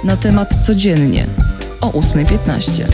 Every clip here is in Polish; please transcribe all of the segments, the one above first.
Na temat codziennie o 8:15.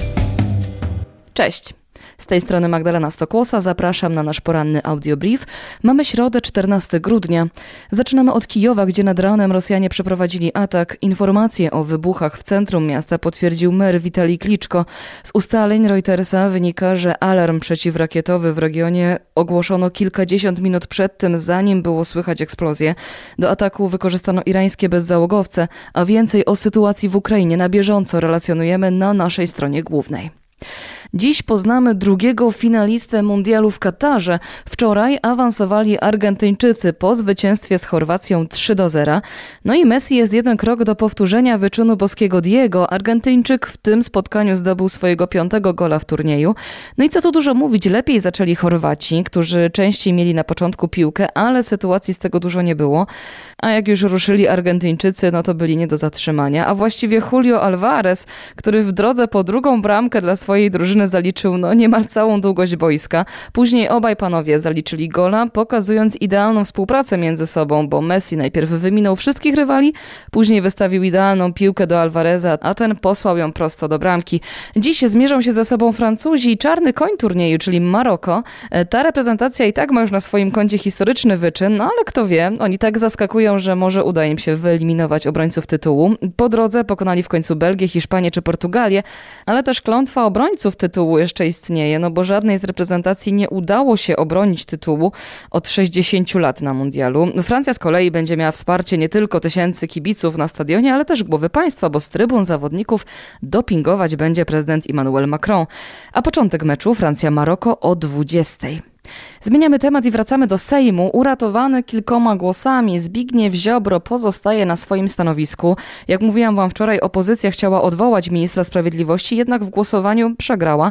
Cześć. Z tej strony Magdalena Stokłosa, zapraszam na nasz poranny audiobrief. Mamy środę, 14 grudnia. Zaczynamy od Kijowa, gdzie nad ranem Rosjanie przeprowadzili atak. Informacje o wybuchach w centrum miasta potwierdził mer Witalij Kliczko. Z ustaleń Reutersa wynika, że alarm przeciwrakietowy w regionie ogłoszono kilkadziesiąt minut przed tym, zanim było słychać eksplozję. Do ataku wykorzystano irańskie bezzałogowce, a więcej o sytuacji w Ukrainie na bieżąco relacjonujemy na naszej stronie głównej. Dziś poznamy drugiego finalistę mundialu w Katarze. Wczoraj awansowali Argentyńczycy po zwycięstwie z Chorwacją 3-0. No i Messi jest jeden krok do powtórzenia wyczynu boskiego Diego. Argentyńczyk w tym spotkaniu zdobył swojego 5. gola w turnieju. No i co tu dużo mówić, lepiej zaczęli Chorwaci, którzy częściej mieli na początku piłkę, ale sytuacji z tego dużo nie było. A jak już ruszyli Argentyńczycy, no to byli nie do zatrzymania. A właściwie Julio Alvarez, który w drodze po drugą bramkę dla swojej drużyny zaliczył niemal całą długość boiska. Później obaj panowie zaliczyli gola, pokazując idealną współpracę między sobą, bo Messi najpierw wyminął wszystkich rywali, później wystawił idealną piłkę do Alvareza, a ten posłał ją prosto do bramki. Dziś zmierzą się ze sobą Francuzi i czarny koń turnieju, czyli Maroko. Ta reprezentacja i tak ma już na swoim koncie historyczny wyczyn, no ale kto wie, oni tak zaskakują, że może uda im się wyeliminować obrońców tytułu. Po drodze pokonali w końcu Belgię, Hiszpanię czy Portugalię, ale też klątwa obrońców tytułu jeszcze istnieje, bo żadnej z reprezentacji nie udało się obronić tytułu od 60 lat na mundialu. Francja z kolei będzie miała wsparcie nie tylko tysięcy kibiców na stadionie, ale też głowy państwa, bo z trybun zawodników dopingować będzie prezydent Emmanuel Macron. A początek meczu Francja-Maroko o 20:00. Zmieniamy temat i wracamy do Sejmu. Uratowany kilkoma głosami Zbigniew Ziobro pozostaje na swoim stanowisku. Jak mówiłam wam wczoraj, opozycja chciała odwołać ministra sprawiedliwości, jednak w głosowaniu przegrała.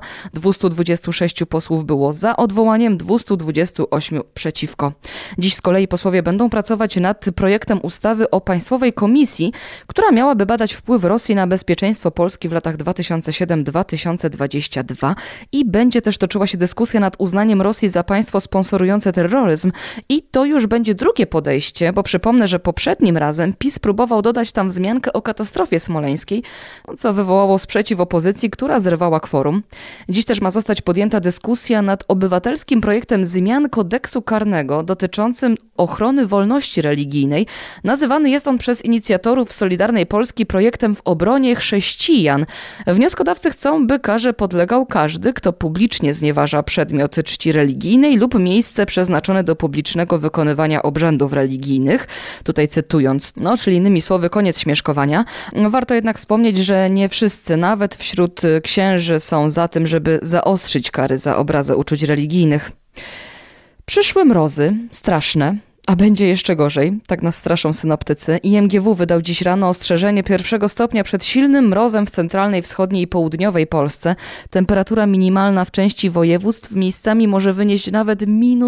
226 posłów było za odwołaniem, 228 przeciwko. Dziś z kolei posłowie będą pracować nad projektem ustawy o Państwowej Komisji, która miałaby badać wpływ Rosji na bezpieczeństwo Polski w latach 2007-2022 i będzie też toczyła się dyskusja nad uznaniem Rosji za państwo sponsorujące terroryzm i to już będzie drugie podejście, bo przypomnę, że poprzednim razem PiS próbował dodać tam wzmiankę o katastrofie smoleńskiej, co wywołało sprzeciw opozycji, która zerwała kworum. Dziś też ma zostać podjęta dyskusja nad obywatelskim projektem zmian kodeksu karnego dotyczącym ochrony wolności religijnej. Nazywany jest on przez inicjatorów Solidarnej Polski projektem w obronie chrześcijan. Wnioskodawcy chcą, by karze podlegał każdy, kto publicznie znieważa przedmiot czci religijnej lub miejsce przeznaczone do publicznego wykonywania obrzędów religijnych. Tutaj cytując, czyli innymi słowy, koniec śmieszkowania. Warto jednak wspomnieć, że nie wszyscy, nawet wśród księży, są za tym, żeby zaostrzyć kary za obrazę uczuć religijnych. Przyszły mrozy, straszne. A będzie jeszcze gorzej, tak nas straszą synoptycy. IMGW wydał dziś rano ostrzeżenie 1. stopnia przed silnym mrozem w centralnej, wschodniej i południowej Polsce. Temperatura minimalna w części województw miejscami może wynieść nawet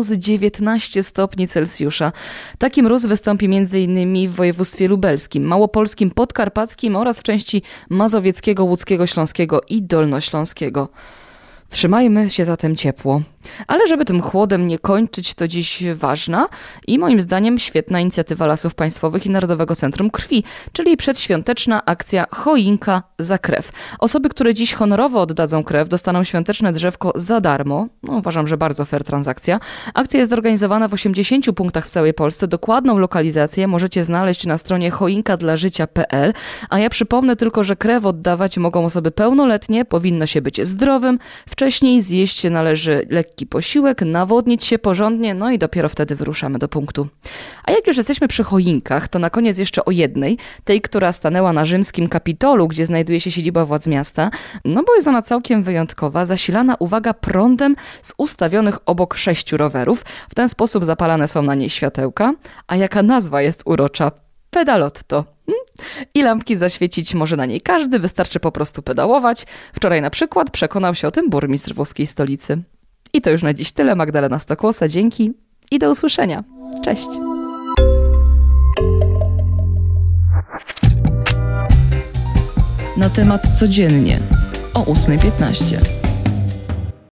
-19 stopni Celsjusza. Taki mróz wystąpi m.in. w województwie lubelskim, małopolskim, podkarpackim oraz w części mazowieckiego, łódzkiego, śląskiego i dolnośląskiego. Trzymajmy się zatem ciepło. Ale żeby tym chłodem nie kończyć, to dziś ważna i moim zdaniem świetna inicjatywa Lasów Państwowych i Narodowego Centrum Krwi, czyli przedświąteczna akcja Choinka za krew. Osoby, które dziś honorowo oddadzą krew, dostaną świąteczne drzewko za darmo. Uważam, że bardzo fair transakcja. Akcja jest organizowana w 80 punktach w całej Polsce. Dokładną lokalizację możecie znaleźć na stronie choinkadlażycia.pl. A ja przypomnę tylko, że krew oddawać mogą osoby pełnoletnie, powinno się być zdrowym. Wcześniej zjeść się należy lekki posiłek, nawodnić się porządnie, i dopiero wtedy wyruszamy do punktu. A jak już jesteśmy przy choinkach, to na koniec jeszcze o jednej, tej, która stanęła na rzymskim Kapitolu, gdzie znajduje się siedziba władz miasta, bo jest ona całkiem wyjątkowa, zasilana, uwaga, prądem z ustawionych obok 6 rowerów. W ten sposób zapalane są na niej światełka, a jaka nazwa jest urocza? Pedalotto. I lampki zaświecić może na niej każdy, wystarczy po prostu pedałować. Wczoraj na przykład przekonał się o tym burmistrz włoskiej stolicy. I to już na dziś tyle. Magdalena Stokłosa, dzięki i do usłyszenia. Cześć! Na temat codziennie o 8:15.